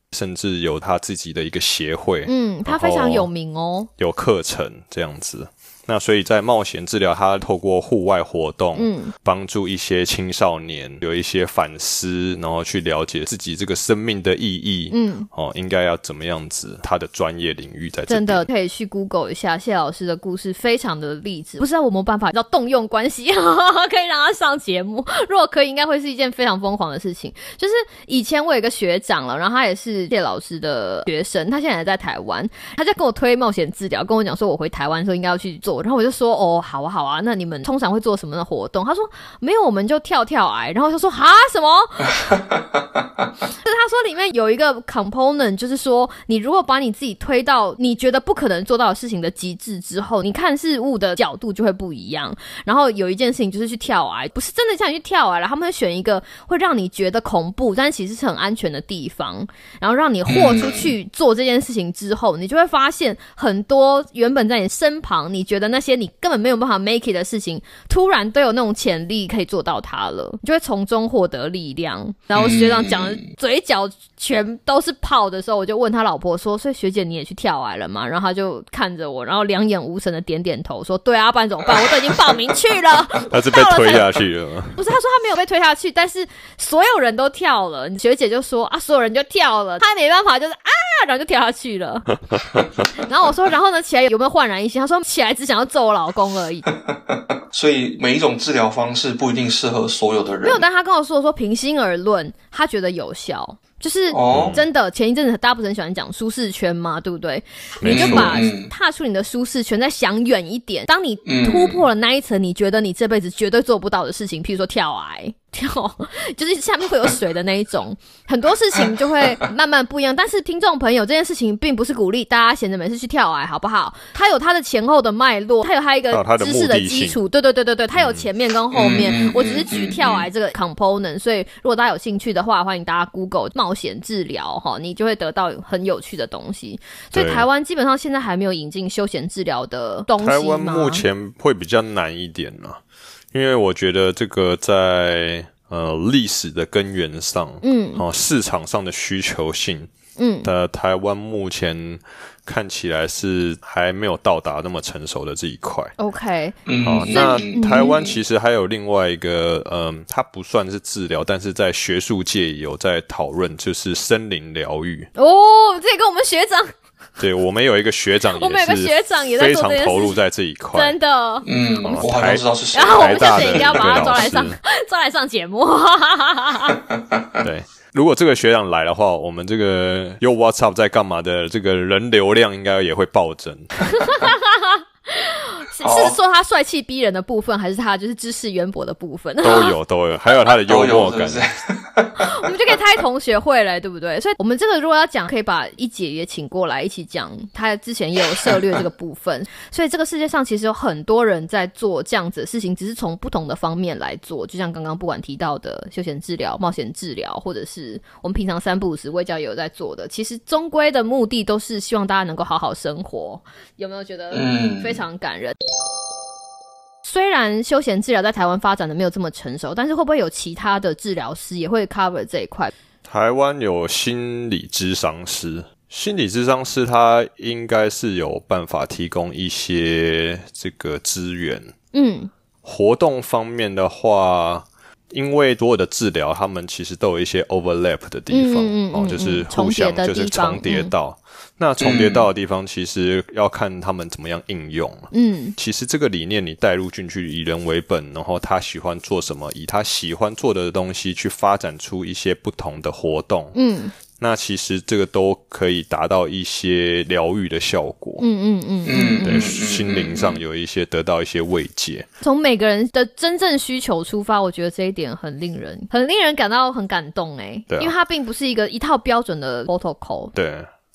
甚至有他自己的一个协会， 他非常有名哦， 有课程这样子。那所以在冒险治疗，它透过户外活动，帮助一些青少年有一些反思，然后去了解自己这个生命的意义，应该要怎么样子，他的专业领域在这边。 真的可以去 Google 一下谢老师的故事，非常的励志。不知道我没有办法要动用关系可以让他上节目，如果可以，应该会是一件非常疯狂的事情。就是以前我有一个学长了，然后他也是谢老师的学生，他现在也在台湾，他就跟我推冒险治疗，跟我讲说我回台湾的时候应该要去做。然后我就说哦，好啊好啊，那你们通常会做什么样的活动？他说没有，我们就跳崖。然后我就说哈什么？就是他说里面有一个 component， 就是说你如果把你自己推到你觉得不可能做到的事情的极致之后，你看事物的角度就会不一样。然后有一件事情就是去跳崖，不是真的叫你去跳崖了，他们会选一个会让你觉得恐怖，但其实是很安全的地方，然后让你豁出去做这件事情之后，你就会发现很多原本在你身旁你觉得那些你根本没有办法 make it 的事情，突然都有那种潜力可以做到它了，你就会从中获得力量。然后学长讲的嘴角全都是泡的时候，我就问他老婆说，所以学姐你也去跳崖了吗？然后他就看着我，然后两眼无神的点点头说，对啊，不然怎么办？我都已经报名去了他是被推下去了吗？ 不是，他说他没有被推下去，但是所有人都跳了。学姐就说啊，所有人就跳了，他没办法，就是啊，然后就跳下去了然后我说然后呢，起来有没有焕然一新？他说起来只想要揍我老公而已所以每一种治疗方式不一定适合所有的人。 没有，但他跟我说平心而论，他觉得有效。就是真的，前一阵子大家不是很喜欢讲舒适圈吗？对不对？你就把踏出你的舒适圈，再想远一点。当你突破了那一层，你觉得你这辈子绝对做不到的事情，譬如说跳崖。就是下面会有水的那一种，很多事情就会慢慢不一样。但是听众朋友，这件事情并不是鼓励大家闲着没事去跳崖，好不好？它有它的前后的脉络，它有它一个知识的基础，对，它有前面跟后面。我只是举跳崖这个 component， 所以如果大家有兴趣的话，欢迎大家 Google 冒险治疗，你就会得到很有趣的东西。所以台湾基本上现在还没有引进休闲治疗的东西吗？ 台湾目前会比较难一点啦。因为我觉得这个在历史的根源上，市场上的需求性，台湾目前看起来是还没有到达那么成熟的这一块。 OK， 那台湾其实还有另外一个，它不算是治疗，但是在学术界有在讨论，就是森林疗愈。 哦，这也跟我们学长。 对，我们有一个学长也是非常投入在这一块， 真的。 我好像知道是谁。 然后我们下次一定要把他抓来上节目。 对，如果这个学长来的话，我们这个 Yo What's Up 在干嘛的这个人流量应该也会暴增。 是说他帅气逼人的部分，还是他就是知识渊博的部分？ 都有，还有他的幽默感。 我们就可以开同学会了，对不对？所以我们这个如果要讲，可以把一姐也请过来一起讲，他之前也有涉略这个部分。所以这个世界上其实有很多人在做这样子的事情，只是从不同的方面来做。就像刚刚不管提到的休闲治疗、冒险治疗，或者是我们平常3不5时卫教也有在做的，其实终归的目的都是希望大家能够好好生活。有没有觉得非常感人？虽然休闲治疗在台湾发展的没有这么成熟，但是会不会有其他的治疗师也会 cover 这一块？ 台湾有心理咨商师，他应该是有办法提供一些这个资源。活动方面的话，因为所有的治疗他们其实都有一些 overlap 的地方，就是互相就是重叠到。那重叠到的地方其实要看他们怎么样应用。其实这个理念你带入进去，以人为本，然后他喜欢做什么，以他喜欢做的东西去发展出一些不同的活动。那其实这个都可以达到一些疗愈的效果。对，心灵上有一些得到一些慰藉。从每个人的真正需求出发，我觉得这一点很令人感到很感动。对，因为它并不是一套标准的 protocol。 对。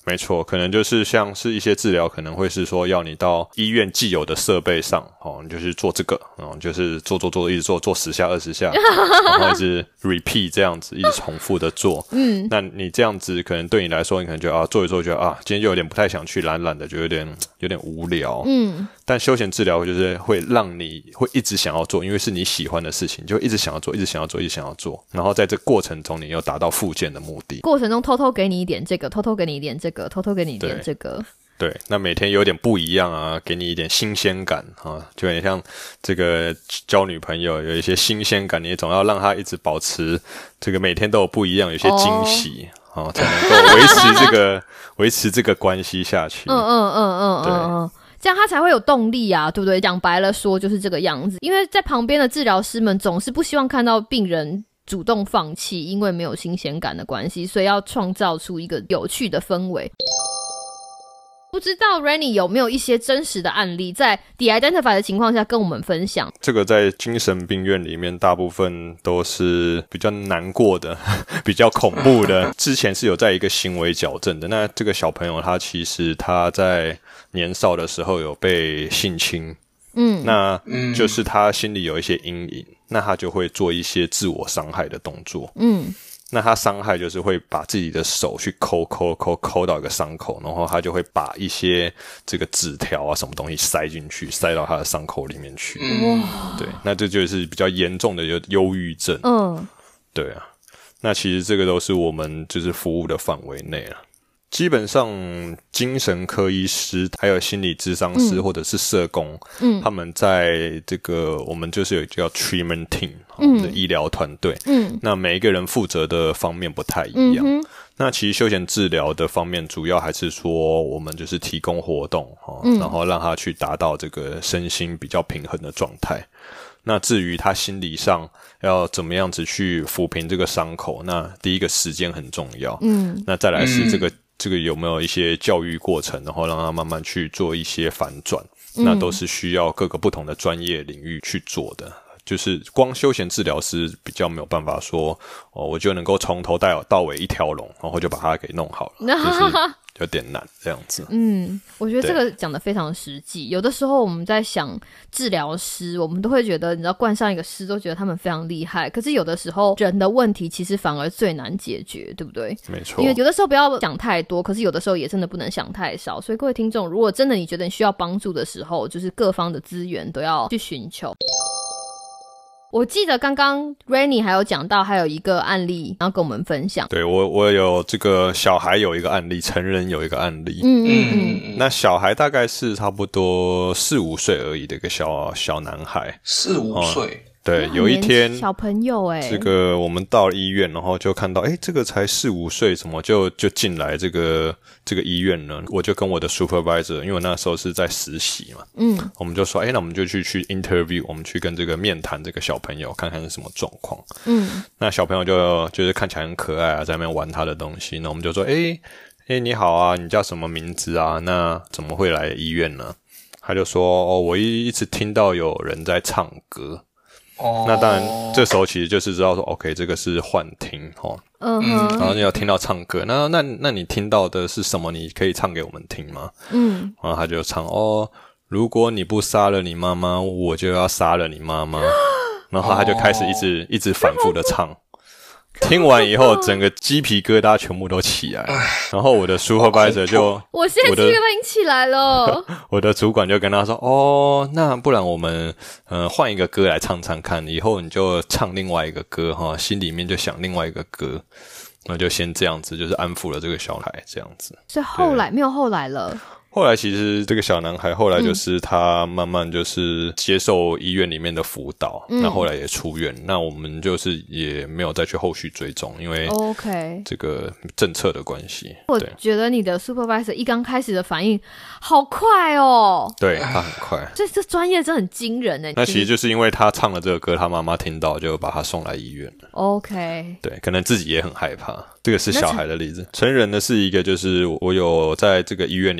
没错，可能就是像是一些治疗，可能会是说要你到医院既有的设备上，你就是做这个，就是做，一直做10下20下，然后一直 repeat 这样子，一直重复的做。那你这样子可能对你来说，你可能觉得做一做觉得今天就有点不太想去，懒懒的，就有点无聊。但休闲治疗就是会让你会一直想要做，因为是你喜欢的事情，就一直想要做，一直想要做，一直想要做，然后在这过程中你又达到复健的目的。 过程中偷偷给你一点这个，偷偷给你一点这个，偷偷给你一点这个。 对，那每天有点不一样啊，给你一点新鲜感啊，就有点像这个交女朋友有一些新鲜感，你总要让她一直保持这个每天都有不一样，有些惊喜才能够维持这个关系下去。对。 这样他才会有动力啊，对不对？讲白了说就是这个样子，因为在旁边的治疗师们总是不希望看到病人主动放弃，因为没有新鲜感的关系，所以要创造出一个有趣的氛围。不知道 Rennie 有没有一些真实的案例在 de-identify 的情况下跟我们分享？ 这个在精神病院里面大部分都是比较难过的比较恐怖的。之前是有在一个行为矫正的，那这个小朋友他其实他在年少的时候有被性侵，那就是他心里有一些阴影，那他就会做一些自我伤害的动作。那他伤害就是会把自己的手去抠到一个伤口，然后他就会把一些这个纸条啊什么东西塞进去，塞到他的伤口里面去。对，那这就是比较严重的忧郁症。对啊，那其实这个都是我们就是服务的范围内了。基本上精神科医师还有心理咨商师或者是社工，他们在这个我们就是有一个叫 treatment team 的医疗团队，那每一个人负责的方面不太一样。那其实休闲治疗的方面主要还是说我们就是提供活动，然后让他去达到这个身心比较平衡的状态。那至于他心理上要怎么样子去抚平这个伤口，那第一个时间很重要，那再来是这个有没有一些教育过程，然后让他慢慢去做一些反转，那都是需要各个不同的专业领域去做的。就是光休闲治疗师比较没有办法说我就能够从头到尾一条龙，然后就把它给弄好了，就是有点难这样子。 我觉得这个讲得非常实际。有的时候我们在想治疗师，我们都会觉得你知道冠上一个师都觉得他们非常厉害，可是有的时候人的问题其实反而最难解决，对不对？ 没错， 因为有的时候不要想太多，可是有的时候也真的不能想太少。所以各位听众，如果真的你觉得你需要帮助的时候，就是各方的资源都要去寻求。我记得刚刚 Rennie 还有讲到还有一个案例要跟我们分享。 对，我有这个小孩有一个案例，成人有一个案例。那小孩大概是差不多4、5岁而已的一个小男孩。 4、5岁。 对，有一天小朋友这个我们到了医院，然后就看到这个才4、5岁，怎么就进来这个医院呢？我就跟我的 supervisor， 因为我那时候是在实习嘛，我们就说那我们就去 interview， 我们去跟这个面谈这个小朋友，看看是什么状况。那小朋友就是看起来很可爱啊，在那边玩他的东西。那我们就说你好啊，你叫什么名字啊？那怎么会来医院呢？他就说我一直听到有人在唱歌。那当然这时候其实就是知道说 OK 这个是幻听然后你有听到唱歌，那你听到的是什么？你可以唱给我们听吗？然后他就唱如果你不杀了你妈妈，我就要杀了你妈妈。然后他就开始一直反复的唱。听完以后整个鸡皮疙瘩全部都起来，然后我的 supervisor 就我现在鸡皮疙瘩已经起来了。 我的主管就跟他说那不然我们换一个歌来唱唱看，以后你就唱另外一个歌心里面就想另外一个歌，那就先这样子，就是安抚了这个小孩这样子。 所以后来没有后来了。 后来其实这个小男孩后来就是他慢慢就是接受医院里面的辅导，那后来也出院，那我们就是也没有再去后续追踪，因为这个政策的关系。 我觉得你的 supervisor 一刚开始的反应好快哦。 对，他很快， 所以这专业真的很惊人耶。 那其实就是因为他唱了这个歌，他妈妈听到就把他送来医院了。 OK， 对，可能自己也很害怕。这个是小孩的例子。成人的是一个就是我有在这个医院里面走廊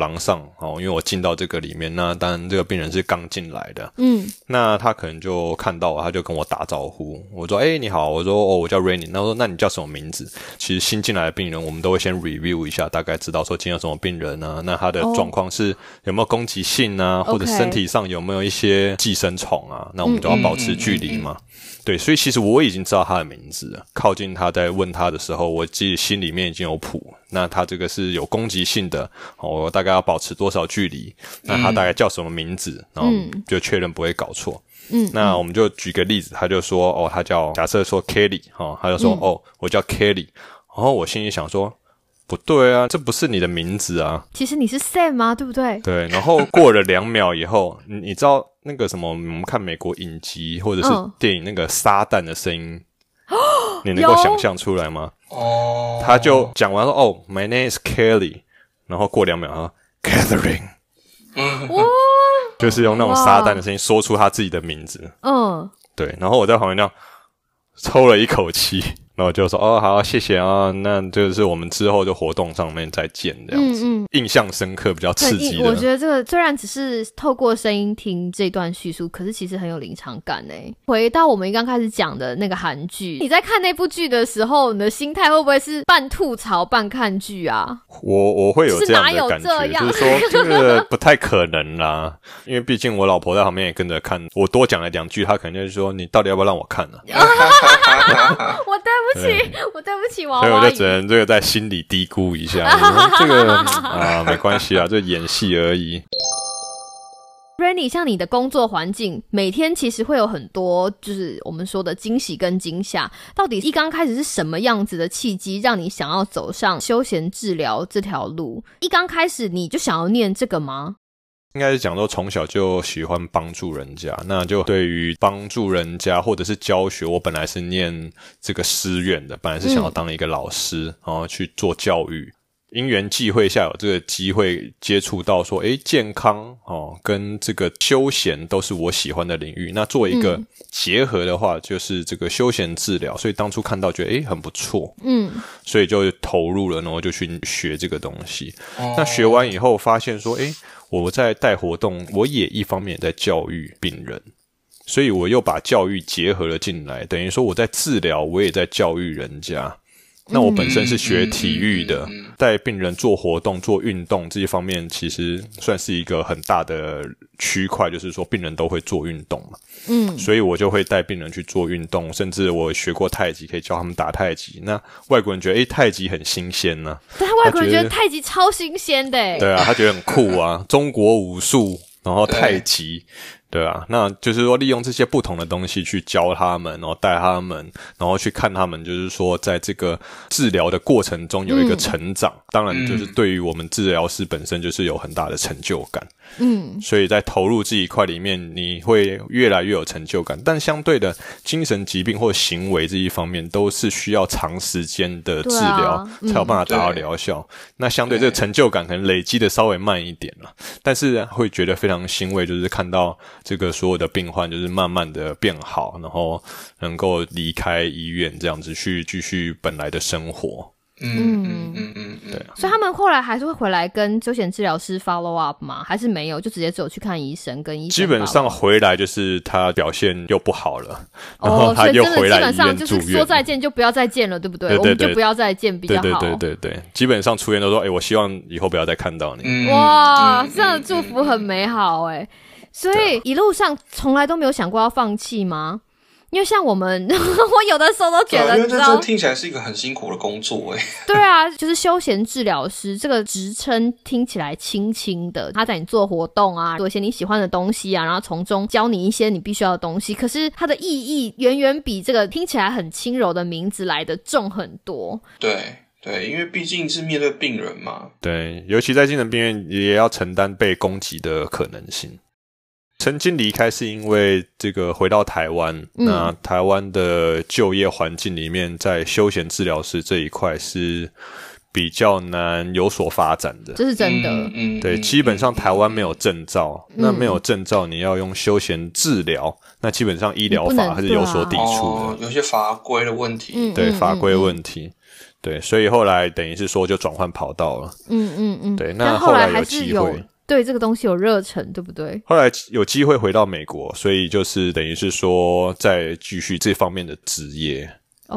廊上因为我进到这个里面，那当然这个病人是刚进来的，那他可能就看到我，他就跟我打招呼，我说你好，我说我叫 Rainy， 那我说那你叫什么名字？其实新进来的病人我们都会先 review 一下，大概知道说今天有什么病人啊，那他的状况是有没有攻击性啊，或者身体上有没有一些寄生虫啊，那我们就要保持距离嘛。对，所以其实我已经知道他的名字了，靠近他在问他的时候，我自己心里面已经有谱，那他这个是有攻击性的，我大概要保持多少距离，那他大概叫什么名字，然后就确认不会搞错。那我们就举个例子，他就说他叫假设说 Kelly 他就说我叫 Kelly， 然后我心里想说不对啊，这不是你的名字啊， 其实你是 Sam 啊，对不对？ 对，然后过了2秒以后你知道那个什么我们看美国影集或者是电影那个撒旦的声音你能够想象出来吗？他就讲完说my name is Kelly， 然后过2秒Catherine， 就是用那种撒旦的声音说出他自己的名字。对，然后我在旁边这样抽了一口气，然后就说好，谢谢啊，那就是我们之后的活动上面再见这样子。印象深刻，比较刺激的。 我觉得这个虽然只是透过声音听这段叙述，可是其实很有临场感诶。回到我们刚开始讲的那个韩剧，你在看那部剧的时候，你的心态会不会是半吐槽半看剧啊？ 我会有这样的感觉，就是说这个不太可能啦，因为毕竟我老婆在旁边也跟着看，我多讲了2句，她可能就是说你到底要不要让我看呢？ 我对不起娃娃， 所以我就只能这个在心里嘀咕一下，这个没关系啊，这演戏而已。 Rainy， 像你的工作环境，每天其实会有很多就是我们说的惊喜跟惊吓，到底一刚开始是什么样子的契机让你想要走上休闲治疗这条路？一刚开始你就想要念这个吗？ 应该是讲说从小就喜欢帮助人家，那就对于帮助人家或者是教学，我本来是念这个师院的，本来是想要当一个老师，然后去做教育。因缘际会下有这个机会接触到说健康跟这个休闲都是我喜欢的领域，那做一个结合的话就是这个休闲治疗，所以当初看到觉得很不错，所以就投入了，然后就去学这个东西。那学完以后发现说我在带活动，我也一方面也在教育病人，所以我又把教育结合了进来，等于说我在治疗我也在教育人家。那我本身是学体育的，带病人做活动做运动这一方面其实算是一个很大的区块，就是说病人都会做运动嘛，所以我就会带病人去做运动，甚至我学过太极，可以教他们打太极。那外国人觉得太极很新鲜呢， 对，外国人觉得太极超新鲜的对啊，他觉得很酷啊，中国武术然后太极，对啊，那就是说利用这些不同的东西去教他们，然后带他们，然后去看他们就是说在这个治疗的过程中有一个成长，当然就是对于我们治疗师本身就是有很大的成就感。所以在投入这一块里面你会越来越有成就感，但相对的精神疾病或行为这一方面都是需要长时间的治疗才有办法达到疗效，那相对这个成就感可能累积的稍微慢一点了，但是会觉得非常欣慰，就是看到这个所有的病患就是慢慢的变好，然后能够离开医院这样子去继续本来的生活。对。 所以他们后来还是会回来跟休闲治疗师 follow up 吗？还是没有，就直接只有去看医生跟医生？ 基本上回来就是他表现又不好了，然后他又回来医院住院。 基本上就是说再见就不要再见了，对不对？对，我们就不要再见比较好。 对，基本上出院都说我希望以后不要再看到你。 哇，这样的祝福很美好所以一路上从来都没有想过要放弃吗？因为像我们我有的时候都觉得， 因为这听起来是一个很辛苦的工作对啊，就是休闲治疗师这个职称听起来轻轻的，他在你做活动啊，做一些你喜欢的东西啊，然后从中教你一些你必须要的东西，可是它的意义远远比这个听起来很轻柔的名字来的重很多。 对，因为毕竟是面对病人嘛。 对，尤其在精神病院也要承担被攻击的可能性。曾经离开是因为这个回到台湾，那台湾的就业环境里面，在休闲治疗师这一块是比较难有所发展的， 这是真的。 对，基本上台湾没有证照，那没有证照你要用休闲治疗，那基本上医疗法还是有所抵触的， 有些法规的问题。 对，法规问题。 对，所以后来等于是说就转换跑道了。对，那后来有机会。对这个东西有热忱，对不对？ 后来有机会回到美国，所以就是等于是说再继续这方面的职业。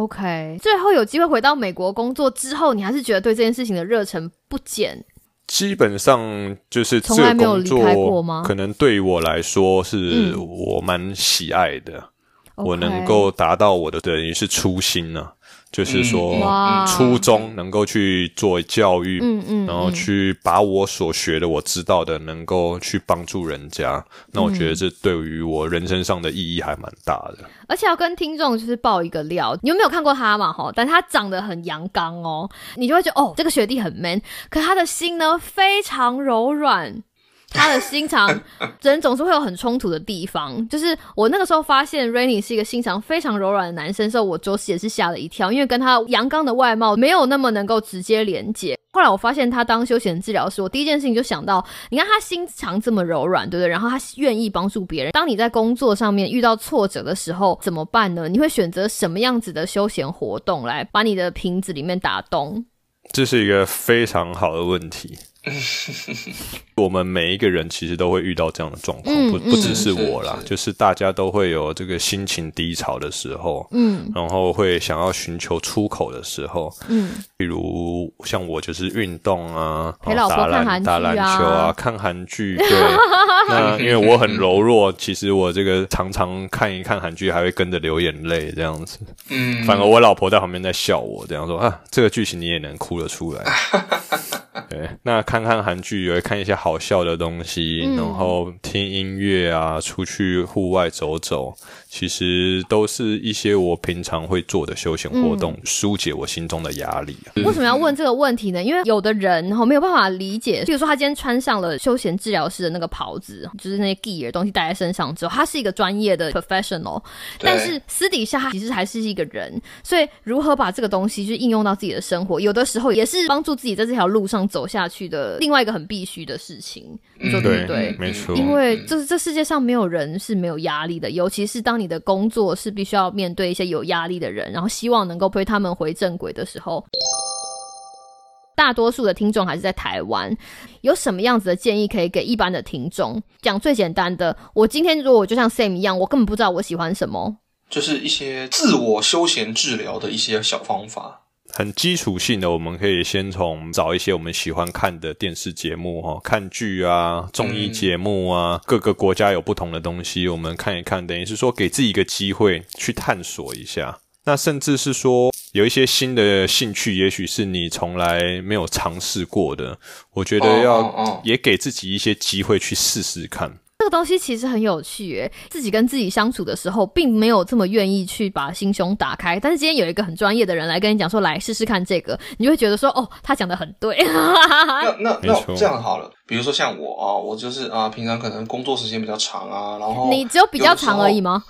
OK， 最后有机会回到美国工作之后，你还是觉得对这件事情的热忱不减？ 基本上就是这个工作可能对于我来说是我蛮喜爱的，我能够达到我的等于是初心啊。就是说初衷能够去做教育，然后去把我所学的我知道的能够去帮助人家，那我觉得这对于我人生上的意义还蛮大的。 而且要跟听众就是爆一个料，你有没有看过他嘛？但他长得很阳刚哦，你就会觉得这个学弟很 man， 可他的心呢非常柔软。他的心肠人总是会有很冲突的地方，就是我那个时候发现 Rainy 是一个心肠非常柔软的男生的时候，我着实也是吓了一跳，因为跟他阳刚的外貌没有那么能够直接连结。后来我发现他当休闲治疗师，我第一件事情就想到，你看他心肠这么柔软，对不对？然后他愿意帮助别人，当你在工作上面遇到挫折的时候怎么办呢？你会选择什么样子的休闲活动来把你的瓶子里面打洞？ 这是一个非常好的问题。我们每一个人其实都会遇到这样的状况，不只是我啦，就是大家都会有这个心情低潮的时候，然后会想要寻求出口的时候，比如像我就是运动啊， 陪老婆看韩剧啊， 打篮球啊，看韩剧。对，那因为我很柔弱，其实我这个常常看一看韩剧还会跟着流眼泪这样子。反而我老婆在旁边在笑我，这样说啊，这个剧情你也能哭得出来。对，那看看韩剧也会看一些好笑的东西，然后听音乐啊，出去户外走走，其实都是一些我平常会做的休闲活动，疏解我心中的压力。 为什么要问这个问题呢？因为有的人没有办法理解，比如说他今天穿上了休闲治疗师的那个袍子，就是那些 gear 的东西戴在身上之后，他是一个专业的 professional， 但是私底下他其实还是一个人，所以如何把这个东西就应用到自己的生活，有的时候也是帮助自己在这条路上走下去的另外一个很必须的事情，你说对不对？ 没错， 因为这世界上没有人是没有压力的，尤其是当你的工作是必须要面对一些有压力的人，然后希望能够推他们回正轨的时候，大多数的听众还是在台湾，有什么样子的建议可以给一般的听众？讲最简单的，我今天如果我就像 Sam 一样，我根本不知道我喜欢什么， 就是一些自我休闲治疗的一些小方法。 很基础性的，我们可以先从找一些我们喜欢看的电视节目，看剧啊，综艺节目啊，各个国家有不同的东西，我们看一看，等于是说给自己一个机会去探索一下。那甚至是说有一些新的兴趣，也许是你从来没有尝试过的，我觉得要也给自己一些机会去试试看。 这个东西其实很有趣耶，自己跟自己相处的时候并没有这么愿意去把心胸打开，但是今天有一个很专业的人来跟你讲说来试试看这个，你就会觉得说他讲得很对。 那这样好了，比如说像我我就是平常可能工作时间比较长啊，然后你只有比较长而已吗？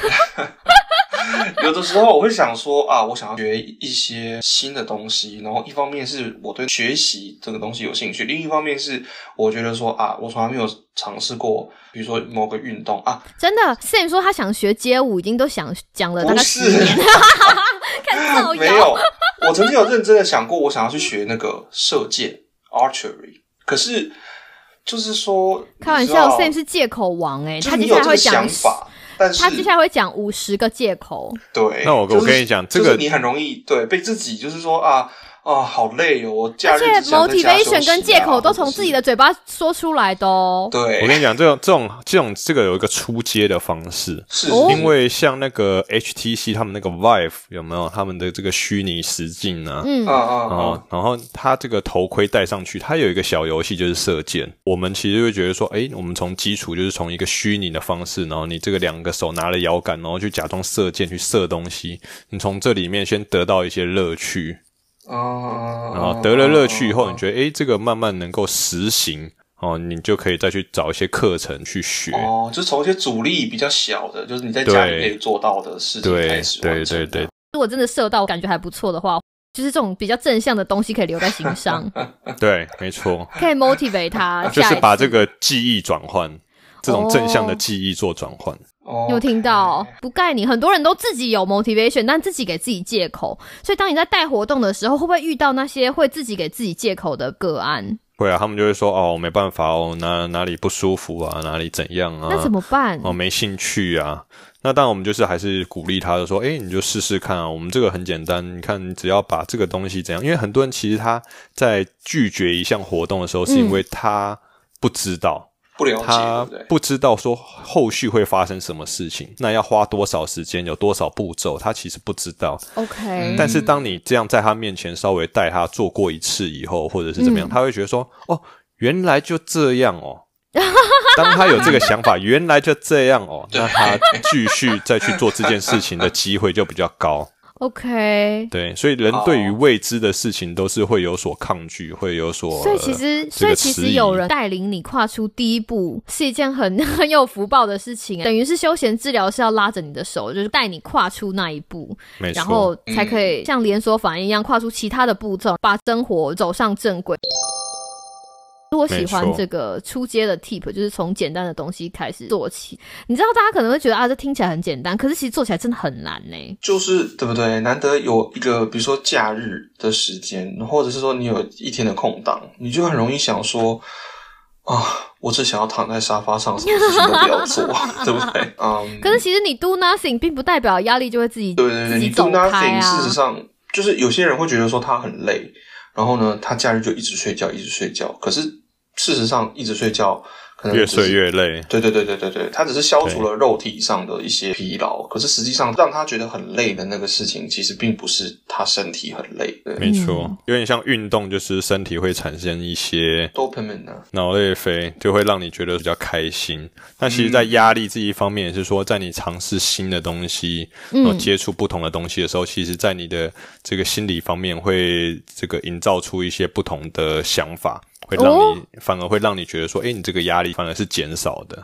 有的时候我会想说我想要学一些新的东西，然后一方面是我对学习这个东西有兴趣，另一方面是我觉得说我从来没有尝试过，比如说某个运动真的 Sam 说他想学街舞，已经都想讲了大概10年。看造谣。 没有，我曾经有认真的想过，我想要去学那个射箭 archery， 可是就是说开玩笑 Sam 是借口王他接下来会讲但是他接下来会讲50个借口。 对， 那我跟你讲，这个就是你很容易被自己就是说好累哦，我假日而且 motivation 跟借口都从自己的嘴巴说出来的对， 我跟你讲，这个有一个出街的方式， 是因为像那个 HTC 他们那个 Vive 有没有他们的这个虚拟实境啊？然后他这个头盔戴上去，它有一个小游戏就是射箭。我们其实会觉得说，我们从基础就是从一个虚拟的方式，然后你这个2个手拿了摇杆，然后去假装射箭去射东西，你从这里面先得到一些乐趣。然后得了乐趣以后，你觉得这个慢慢能够实行你就可以再去找一些课程去学就从一些阻力比较小的，就是你在家里可以做到的事情开始完成。对， 如果真的射到感觉还不错的话，就是这种比较正向的东西可以留在心上。 对，没错， 可以 motivate 他， 就是把这个记忆转换。 这种正向的记忆做转换。 你有听到不盖你，很多人都自己有 motivation， 但自己给自己借口。所以当你在带活动的时候，会不会遇到那些会自己给自己借口的个案？ 会啊，他们就会说哦，没办法哦，哪里不舒服啊，哪里怎样啊？ 那怎么办？ 哦，没兴趣啊。那当然，我们就是还是鼓励他的说，你就试试看啊。我们这个很简单，你看，你只要把这个东西怎样，因为很多人其实他在拒绝一项活动的时候，是因为他不知道。 不了解， 他不知道说后续会发生什么事情，那要花多少时间，有多少步骤，他其实不知道。 OK， 但是当你这样在他面前稍微带他做过一次以后，或者是怎么样，他会觉得说，哦，原来就这样哦。当他有这个想法，原来就这样哦，那他继续再去做这件事情的机会就比较高。 OK， 对，所以人对于未知的事情都是会有所抗拒，会有所所以其实有人带领你跨出第一步，是一件很有福报的事情。等于是休闲治疗是要拉着你的手，就是带你跨出那一步， 没错， 然后才可以像连锁反应一样跨出其他的步骤，把生活走上正轨。我喜欢这个初阶的 tip， 就是从简单的东西开始做起。你知道大家可能会觉得这听起来很简单，可是其实做起来真的很难欸。 就是对不对？难得有一个比如说假日的时间，或者是说你有一天的空档，你就很容易想说我只想要躺在沙发上，什么事情都不要做，对不对？ 可是其实你 do nothing 并不代表压力就会自己你 do nothing， 事实上就是有些人会觉得说他很累，然后呢，他假日就一直睡觉，一直睡觉。可是事实上，一直睡觉可能越睡越累。 对，他只是消除了肉体上的一些疲劳，可是实际上让他觉得很累的那个事情，其实并不是他身体很累。对， 没错，有点像运动，就是身体会产生一些 dopamine 脑内啡，就会让你觉得比较开心。但其实在压力这一方面，也是说在你尝试新的东西，然后接触不同的东西的时候，其实在你的这个心理方面会这个营造出一些不同的想法，会让你反而会让你觉得说，你这个压力反而是减少的。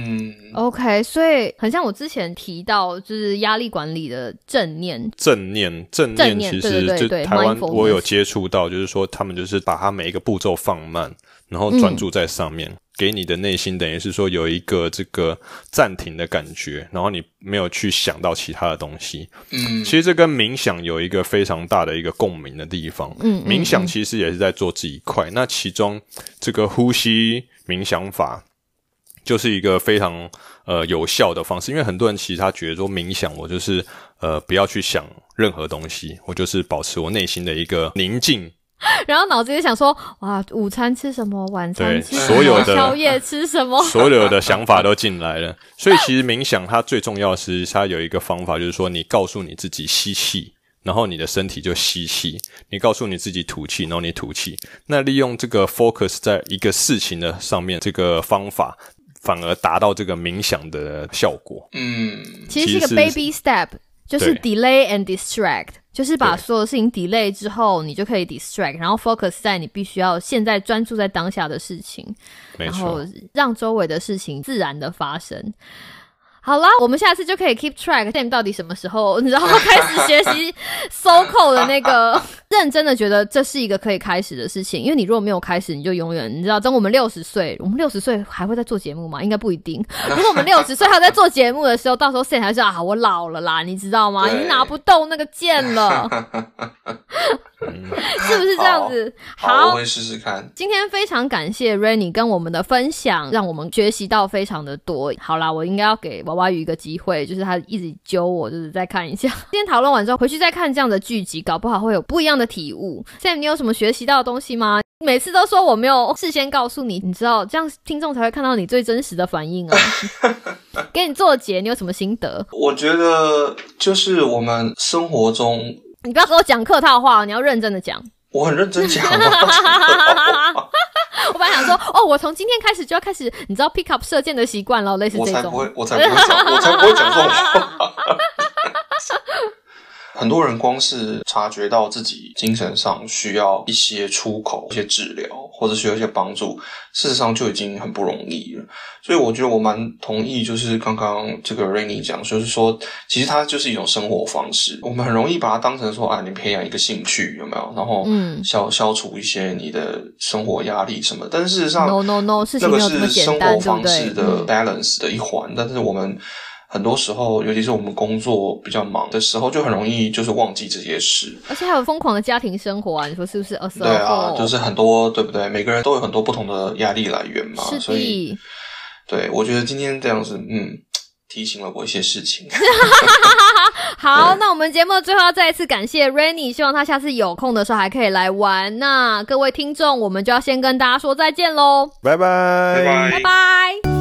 OK， 所以很像我之前提到，就是压力管理的正念其实就台湾我有接触到，就是说他们就是把它每一个步骤放慢，然后专注在上面，给你的内心等于是说有一个这个暂停的感觉，然后你没有去想到其他的东西。其实这跟冥想有一个非常大的一个共鸣的地方。冥想其实也是在做这一块，那其中这个呼吸冥想法就是一个非常有效的方式，因为很多人其实他觉得说冥想我就是不要去想任何东西，我就是保持我内心的一个宁静， 然后脑子里想说哇，午餐吃什么，晚餐吃什么， 所有的宵夜吃什么， 所有的想法都进来了。所以其实冥想它最重要的是它有一个方法，就是说你告诉你自己吸气，然后你的身体就吸气，你告诉你自己吐气，然后你吐气。那利用这个 focus 在一个事情的上面，这个方法反而达到这个冥想的效果。 其实是一个 baby step， 就是 delay and distract， 就是把所有事情 delay 之后，你就可以 distract， 然后 focus 在你必须要现在专注在当下的事情，然后让周围的事情自然的发生。好啦，我们下次就可以 keep track Sam 到底什么时候你知道开始学习 SoCo 的那个认真的觉得这是一个可以开始的事情，因为你如果没有开始，你就永远你知道等我们60岁还会在做节目吗？应该不一定。如果我们60岁还有在做节目的时候，到时候 Sam 还是我老了啦，你知道吗？已经拿不动那个剑了。是不是这样子？ 好，我会试试看。 今天非常感谢 Rennie 跟我们的分享，让我们学习到非常的多。好啦，我应该要给娃娃鱼一个机会，就是他一直揪我，就是再看一下。今天讨论完之后，回去再看这样的剧集，搞不好会有不一样的体悟。Sam， 你有什么学习到的东西吗？每次都说我没有事先告诉你，你知道这样听众才会看到你最真实的反应啊。给你做结，你有什么心得？ 我觉得就是我们生活中， 你不要跟我讲客套话，你要认真的讲。 我很认真讲。 我本来想说，我从今天开始就要开始，你知道 pick up 射箭的习惯了，类似这种。 我才不会讲这种话。 很多人光是察觉到自己精神上需要一些出口、一些治疗，或者需要一些帮助，事实上就已经很不容易了。所以我觉得我蛮同意，就是刚刚这个 Rainy 讲，就是说，其实它就是一种生活方式。我们很容易把它当成说，你培养一个兴趣，有没有？然后消除一些你的生活压力什么。但是事实上 ，no， 事情没有这么简单， 那个是生活方式的 balance 的一环，但是我们很多时候，尤其是我们工作比较忙的时候，就很容易就是忘记这些事， 而且还有疯狂的家庭生活啊！你说是不是？ 对啊，就是很多，对不对？每个人都有很多不同的压力来源嘛，所以，对，我觉得今天这样子，提醒了我一些事情。 好，那我们节目的最后要再一次感谢 Rainy， 希望他下次有空的时候还可以来玩。那各位听众，我们就要先跟大家说再见咯， 拜拜， 拜拜。